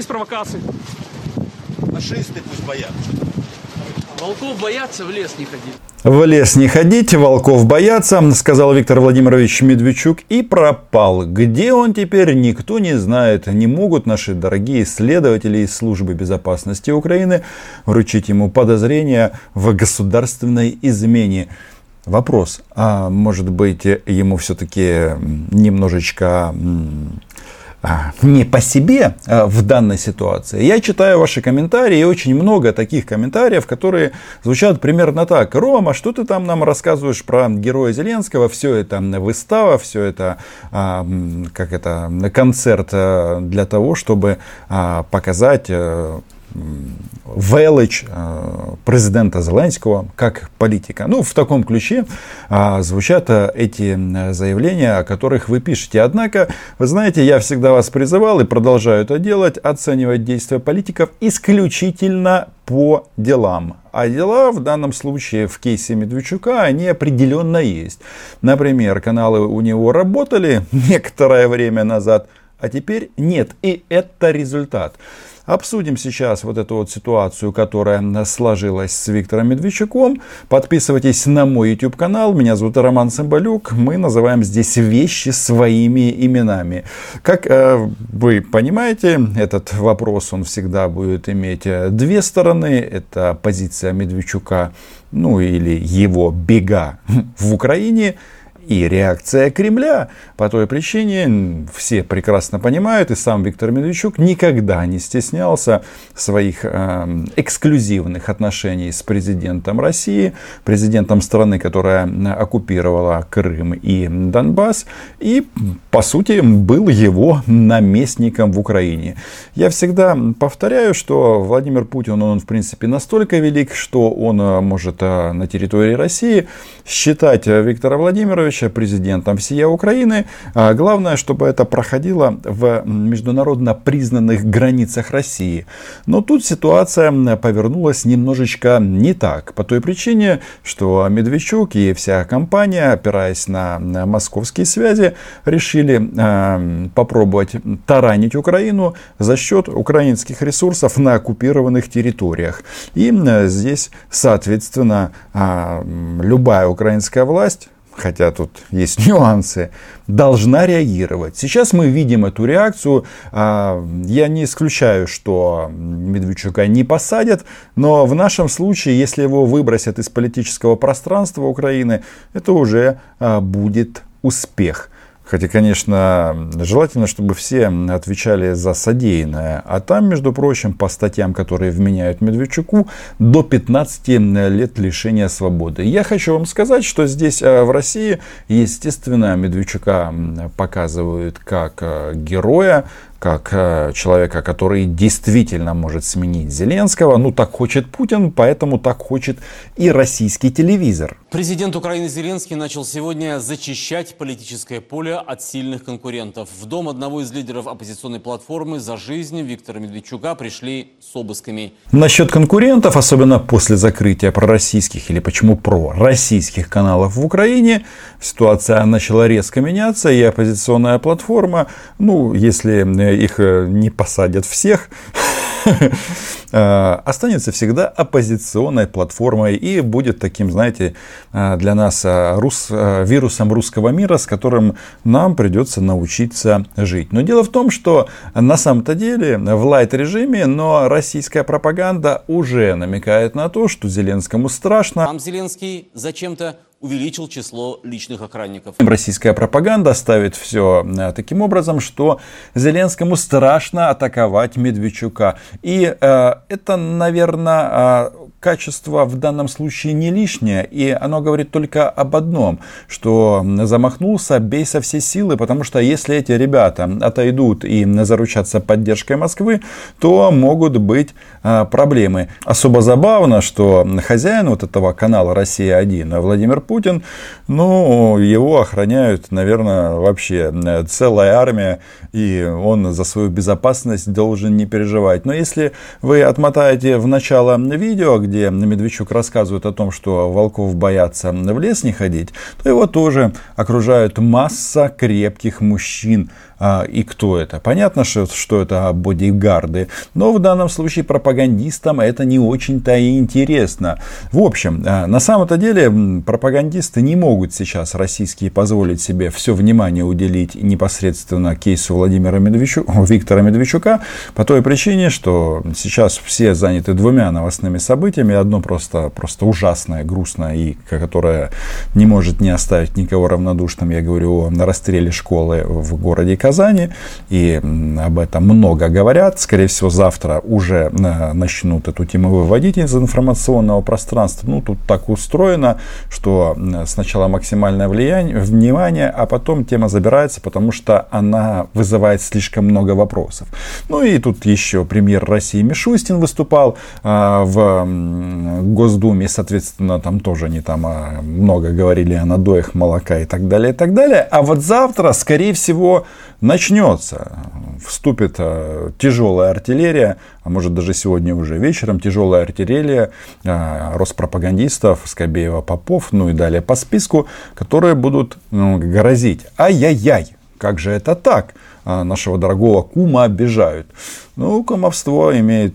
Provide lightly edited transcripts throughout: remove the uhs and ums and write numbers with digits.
без провокаций. Фашисты пусть боятся. Волков боятся, в лес не ходить. В лес не ходить, волков боятся, сказал Виктор Владимирович Медведчук и пропал. Где он теперь, никто не знает. Не могут наши дорогие следователи из Службы безопасности Украины вручить ему подозрения в государственной измене. Вопрос, а может быть ему все-таки немножечко не по себе в данной ситуации? Я читаю ваши комментарии, и очень много таких комментариев, которые звучат примерно так. Рома, что ты там нам рассказываешь про героя Зеленского? Все это выстава, все это, концерт для того, чтобы показать велич президента Зеленского как политика. Ну, в таком ключе звучат эти заявления, о которых вы пишете. Однако, вы знаете, я всегда вас призывал и продолжаю это делать, оценивать действия политиков исключительно по делам. А дела в данном случае в кейсе Медведчука, они определенно есть. Например, каналы у него работали некоторое время назад, а теперь нет. И это результат. Обсудим сейчас вот эту вот ситуацию, которая сложилась с Виктором Медведчуком. Подписывайтесь на мой YouTube канал. Меня зовут Роман Цымбалюк. Мы называем здесь вещи своими именами. Как вы понимаете, этот вопрос, он всегда будет иметь две стороны. Это позиция Медведчука, ну или его бега в Украине, и реакция Кремля. По той причине, все прекрасно понимают, и сам Виктор Медведчук никогда не стеснялся своих эксклюзивных отношений с президентом России, президентом страны, которая оккупировала Крым и Донбасс, и, по сути, был его наместником в Украине. Я всегда повторяю, что Владимир Путин, он в принципе настолько велик, что он может на территории России считать Виктора Владимировича президентом всей Украины. Главное, чтобы это проходило в международно признанных границах России. Но тут ситуация повернулась немножечко не так. По той причине, что Медведчук и вся компания, опираясь на московские связи, решили попробовать таранить Украину за счет украинских ресурсов на оккупированных территориях. И здесь, соответственно, любая украинская власть, хотя тут есть нюансы, должна реагировать. Сейчас мы видим эту реакцию. Я не исключаю, что Медведчука не посадят, но в нашем случае, если его выбросят из политического пространства Украины, это уже будет успех. Хотя, конечно, желательно, чтобы все отвечали за содеянное. А там, между прочим, по статьям, которые вменяют Медведчуку, до 15 лет лишения свободы. Я хочу вам сказать, что здесь, в России, естественно, Медведчука показывают как героя, как человека, который действительно может сменить Зеленского. Ну, так хочет Путин, поэтому так хочет и российский телевизор. Президент Украины Зеленский начал сегодня зачищать политическое поле от сильных конкурентов. В дом одного из лидеров оппозиционной платформы «За жизнь» Виктора Медведчука пришли с обысками. Насчет конкурентов, особенно после закрытия пророссийских или почему пророссийских каналов в Украине, ситуация начала резко меняться, и оппозиционная платформа, ну, если их не посадят всех, останется всегда оппозиционной платформой и будет таким, знаете, для нас вирусом русского мира, с которым нам придется научиться жить. Но дело в том, что на самом-то деле в лайт-режиме, но российская пропаганда уже намекает на то, что Зеленскому страшно. Сам Зеленский зачем-то увеличил число личных охранников. Российская пропаганда ставит все таким образом, что Зеленскому страшно атаковать Медведчука. И это, наверное, качество в данном случае не лишнее. И оно говорит только об одном, что замахнулся, бей со всей силы. Потому что если эти ребята отойдут и заручатся поддержкой Москвы, то могут быть проблемы. Особо забавно, что хозяин вот этого канала «Россия-1» Владимир Путин, ну, его охраняют, наверное, вообще целая армия, и он за свою безопасность должен не переживать. Но если вы отмотаете в начало видео, где Медведчук рассказывает о том, что волков боятся в лес не ходить, то его тоже окружают масса крепких мужчин. И кто это? Понятно, что это бодигарды, но в данном случае пропагандистам это не очень-то и интересно. В общем, на самом-то деле пропагандисты не могут сейчас российские позволить себе все внимание уделить непосредственно кейсу Виктора Медведчука по той причине, что сейчас все заняты двумя новостными событиями. Одно просто ужасное, грустное, и которое не может не оставить никого равнодушным. Я говорю о расстреле школы в городе Казани. И об этом много говорят. Скорее всего, завтра уже начнут эту тему выводить из информационного пространства. Ну, тут так устроено, что сначала максимальное внимание, а потом тема забирается, потому что она вызывает слишком много вопросов. Ну и тут еще премьер России Мишустин выступал в Госдуме. Соответственно, там тоже они там много говорили о надоях молока и так далее, и так далее. А вот завтра, скорее всего, начнется. Вступит тяжелая артиллерия, а может даже сегодня уже вечером тяжелая артиллерия Роспропагандистов, Скобеева, Попов, ну и далее по списку, которые будут грозить. Ай-яй-яй, как же это так? Нашего дорогого кума обижают. Ну, кумовство не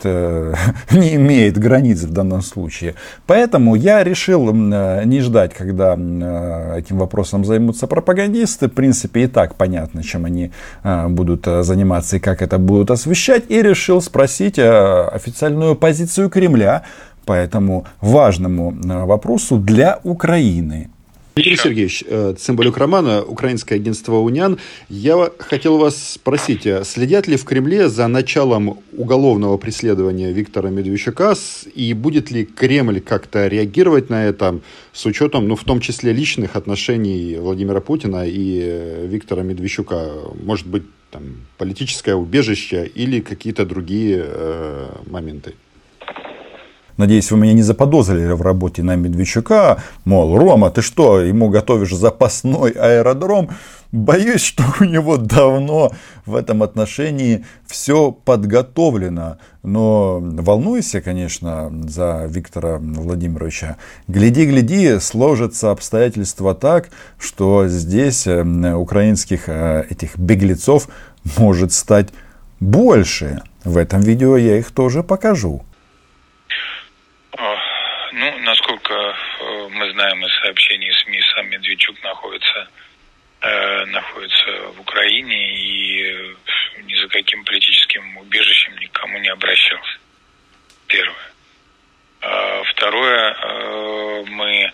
имеет границ в данном случае. Поэтому я решил не ждать, когда этим вопросом займутся пропагандисты. В принципе, и так понятно, чем они будут заниматься и как это будут освещать. И решил спросить официальную позицию Кремля по этому важному вопросу для Украины. Дмитрий Сергеевич, Цымбалюк Роман, украинское агентство «Униан». Я хотел вас спросить, следят ли в Кремле за началом уголовного преследования Виктора Медведчука, и будет ли Кремль как-то реагировать на это с учетом, в том числе личных отношений Владимира Путина и Виктора Медведчука? Может быть, там, политическое убежище или какие-то другие моменты? Надеюсь, вы меня не заподозрили в работе на Медведчука. Мол, Рома, ты что, ему готовишь запасной аэродром? Боюсь, что у него давно в этом отношении все подготовлено. Но волнуйся, конечно, за Виктора Владимировича. Гляди, сложатся обстоятельства так, что здесь украинских этих беглецов может стать больше. В этом видео я их тоже покажу. Насколько мы знаем из сообщений СМИ, сам Медведчук находится в Украине и ни за каким политическим убежищем никому не обращался. Первое. Второе, мы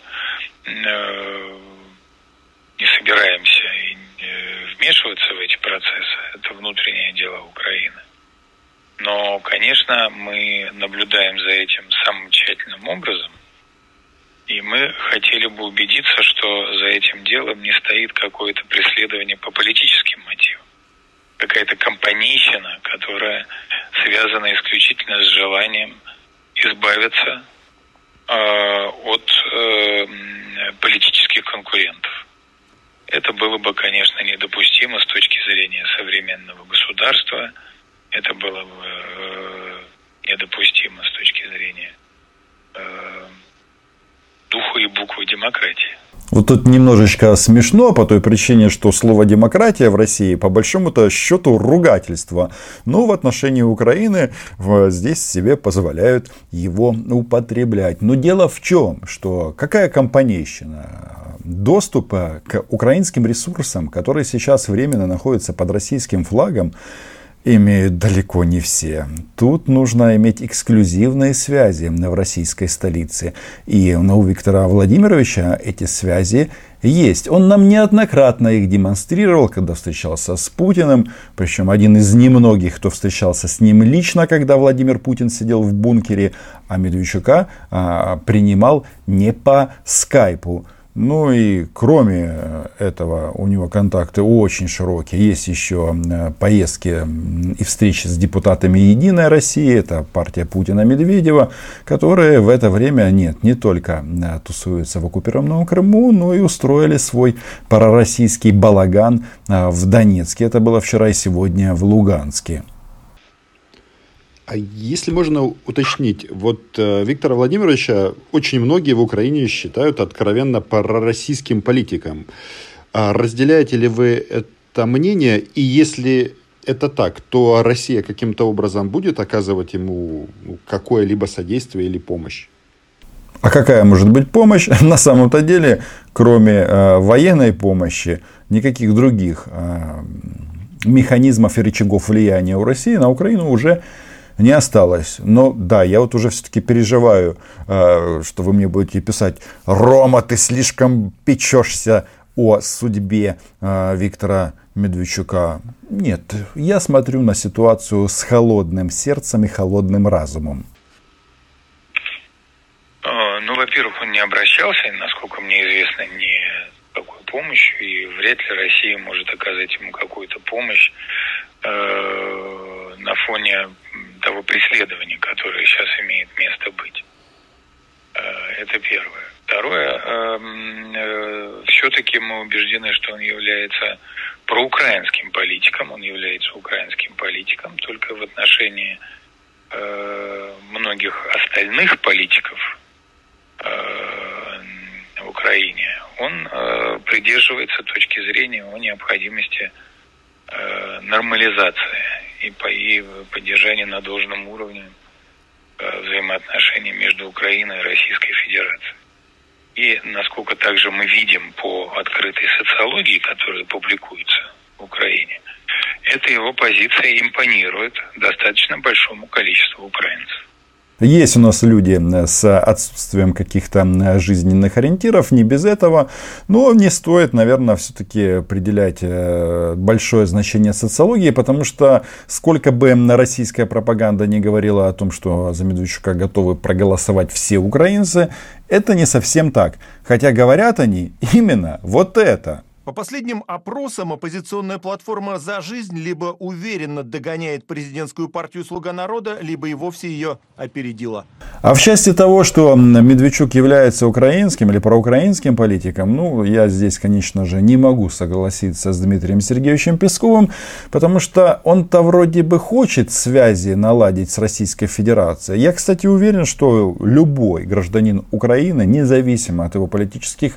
не собираемся вмешиваться в эти процессы. Это внутреннее дело Украины. Но, конечно, мы наблюдаем за этим самым тщательным образом, и мы хотели бы убедиться, что за этим делом не стоит какое-то преследование по политическим мотивам, какая-то компанейщина, которая связана исключительно с желанием избавиться от политических конкурентов. Это было бы, конечно, недопустимо с точки зрения современного государства. Это было бы недопустимо с точки зрения духа и буквы демократии. Вот тут немножечко смешно по той причине, что слово «демократия» в России по большому-то счету ругательство. Но в отношении Украины здесь себе позволяют его употреблять. Но дело в чем, что какая компанейщина? Доступа к украинским ресурсам, которые сейчас временно находятся под российским флагом, имеют далеко не все. Тут нужно иметь эксклюзивные связи в российской столице. И у Виктора Владимировича эти связи есть. Он нам неоднократно их демонстрировал, когда встречался с Путиным. Причем один из немногих, кто встречался с ним лично, когда Владимир Путин сидел в бункере, а Медведчука принимал не по скайпу. Ну и кроме этого у него контакты очень широкие. Есть еще поездки и встречи с депутатами «Единой России». Это партия Путина-Медведева, которые в это время не только тусуются в оккупированном Крыму, но и устроили свой пророссийский балаган в Донецке. Это было вчера и сегодня в Луганске. А если можно уточнить, вот Виктора Владимировича очень многие в Украине считают откровенно пророссийским политиком. А разделяете ли вы это мнение? И если это так, то Россия каким-то образом будет оказывать ему какое-либо содействие или помощь? А какая может быть помощь? На самом-то деле, кроме военной помощи, никаких других механизмов и рычагов влияния у России на Украину уже не осталось. Но да, я вот уже все-таки переживаю, что вы мне будете писать: Рома, ты слишком печешься о судьбе Виктора Медведчука. Нет, я смотрю на ситуацию с холодным сердцем и холодным разумом. Ну, во-первых, он не обращался, насколько мне известно, ни с какой помощью, и вряд ли Россия может оказать ему какую-то помощь на фоне того преследования, которое сейчас имеет место быть. Это первое. Второе, все-таки мы убеждены, что он является проукраинским политиком, он является украинским политиком, только в отношении многих остальных политиков в Украине он придерживается точки зрения о необходимости нормализации и поддержания на должном уровне взаимоотношений между Украиной и Российской Федерацией. И насколько также мы видим по открытой социологии, которая публикуется в Украине, эта его позиция импонирует достаточно большому количеству украинцев. Есть у нас люди с отсутствием каких-то жизненных ориентиров, не без этого. Но не стоит, наверное, все-таки определять большое значение социологии, потому что сколько бы российская пропаганда не говорила о том, что за Медведчука готовы проголосовать все украинцы, это не совсем так. Хотя говорят они именно вот это. По последним опросам, оппозиционная платформа «За жизнь» либо уверенно догоняет президентскую партию «Слуга народа», либо и вовсе ее опередила. А в части того, что Медведчук является украинским или проукраинским политиком, я здесь, конечно же, не могу согласиться с Дмитрием Сергеевичем Песковым, потому что он-то вроде бы хочет связи наладить с Российской Федерацией. Я, кстати, уверен, что любой гражданин Украины, независимо от его политических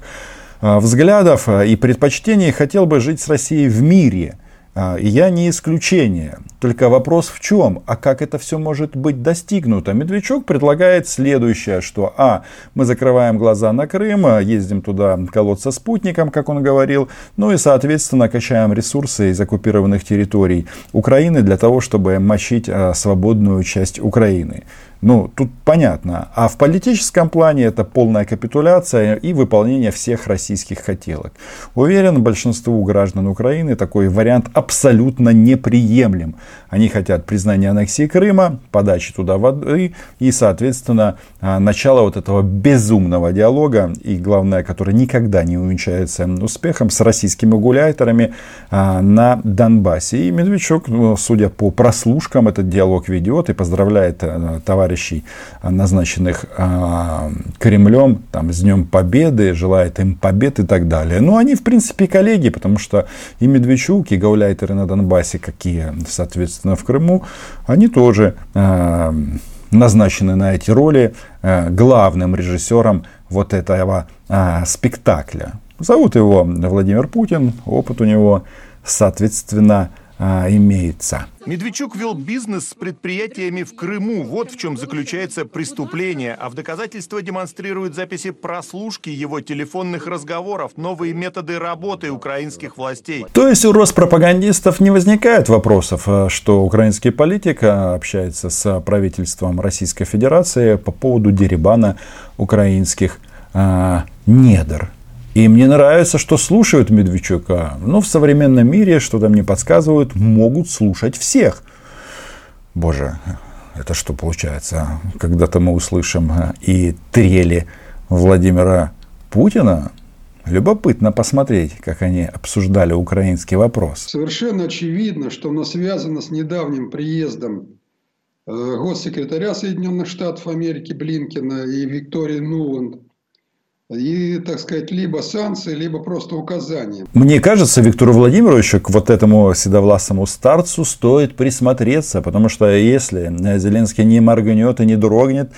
взглядов и предпочтений, хотел бы жить с Россией в мире. И я не исключение. Только вопрос в чем? А как это все может быть достигнуто? Медведчук предлагает следующее, что мы закрываем глаза на Крым, ездим туда колоться спутником, как он говорил, и, соответственно, качаем ресурсы из оккупированных территорий Украины для того, чтобы мочить свободную часть Украины. Тут понятно. А в политическом плане это полная капитуляция и выполнение всех российских хотелок. Уверен, большинству граждан Украины такой вариант абсолютно неприемлем. Они хотят признания аннексии Крыма, подачи туда воды и, соответственно, начала вот этого безумного диалога, и главное, который никогда не увенчается успехом, с российскими гауляйтерами на Донбассе. И Медведчук, судя по прослушкам, этот диалог ведет и поздравляет товарищей, назначенных Кремлем, с Днем Победы, желает им побед и так далее. Но они, в принципе, коллеги, потому что и Медведчук, и гауляйтеры на Донбассе, какие, соответственно, в Крыму, они тоже назначены на эти роли главным режиссером вот этого спектакля. Зовут его Владимир Путин, опыт у него, соответственно, имеется. Медведчук вел бизнес с предприятиями в Крыму. Вот в чем заключается преступление. А в доказательство демонстрируют записи прослушки его телефонных разговоров, новые методы работы украинских властей. То есть у Роспропагандистов не возникает вопросов, что украинский политик общается с правительством Российской Федерации по поводу дерибана украинских недр. Им не нравится, что слушают Медведчука. Но в современном мире, что-то мне подсказывают, могут слушать всех. Боже, это что получается? Когда-то мы услышим и трели Владимира Путина. Любопытно посмотреть, как они обсуждали украинский вопрос. Совершенно очевидно, что оно связано с недавним приездом госсекретаря Соединенных Штатов Америки Блинкена и Виктории Нуланд. И, так сказать, либо санкции, либо просто указания. Мне кажется, Виктору Владимировичу, к вот этому седовласому старцу, стоит присмотреться. Потому что если Зеленский не моргнет и не дрогнет,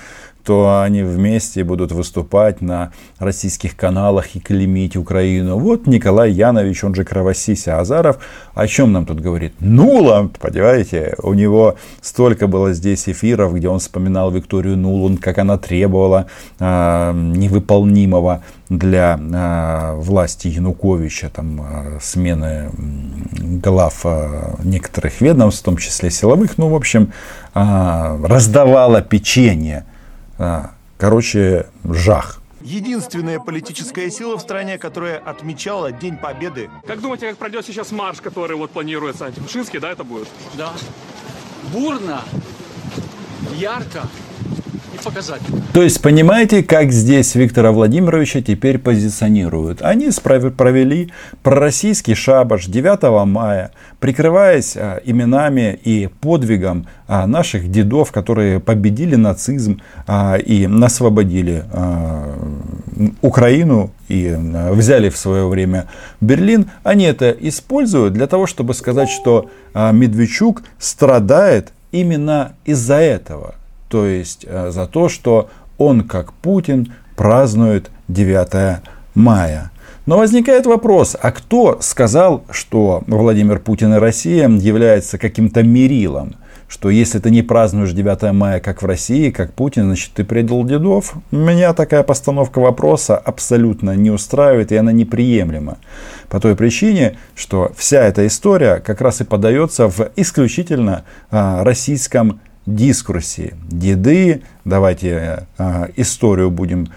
что они вместе будут выступать на российских каналах и клеймить Украину. Вот Николай Янович, он же Кровосися Азаров, о чем нам тут говорит? Нуланд, понимаете, у него столько было здесь эфиров, где он вспоминал Викторию Нуланд, как она требовала невыполнимого для власти Януковича, там, смены глав некоторых ведомств, в том числе силовых, ну, в общем, раздавала печенье. Короче, жах. Единственная политическая сила в стране, которая отмечала День Победы. Как думаете, как пройдет сейчас марш, который вот планируется антифашистский, да, это будет? Да. Бурно, ярко и показательно. То есть, понимаете, как здесь Виктора Владимировича теперь позиционируют? Они провели пророссийский шабаш 9 мая, прикрываясь именами и подвигом наших дедов, которые победили нацизм и освободили Украину и взяли в свое время Берлин. Они это используют для того, чтобы сказать, что Медведчук страдает именно из-за этого. То есть за то, что он, как Путин, празднует 9 мая. Но возникает вопрос, а кто сказал, что Владимир Путин и Россия являются каким-то мерилом? Что если ты не празднуешь 9 мая, как в России, как Путин, значит ты предал дедов? Меня такая постановка вопроса абсолютно не устраивает, и она неприемлема. По той причине, что вся эта история как раз и подается в исключительно российском дискурсе. Деды, давайте историю будем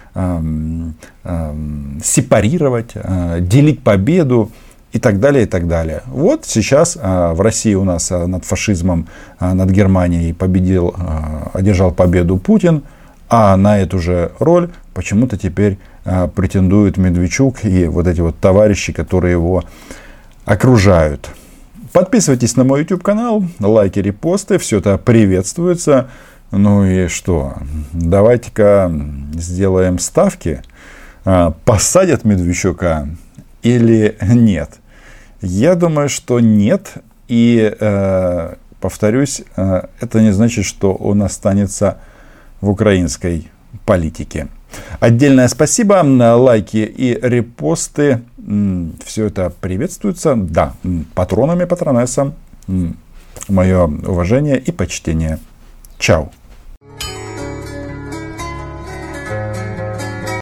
сепарировать, делить победу и так далее, и так далее. Вот сейчас в России у нас над фашизмом, над Германией одержал победу Путин, а на эту же роль почему-то теперь претендует Медведчук и вот эти вот товарищи, которые его окружают. Подписывайтесь на мой YouTube канал, лайки, репосты, все это приветствуется. Ну и что? Давайте-ка сделаем ставки. Посадят Медведчука или нет? Я думаю, что нет. И, повторюсь, это не значит, что он останется в украинской политике. Отдельное спасибо, лайки и репосты. Все это приветствуется. Да, патронами, патронессам. Мое уважение и почтение. Чао.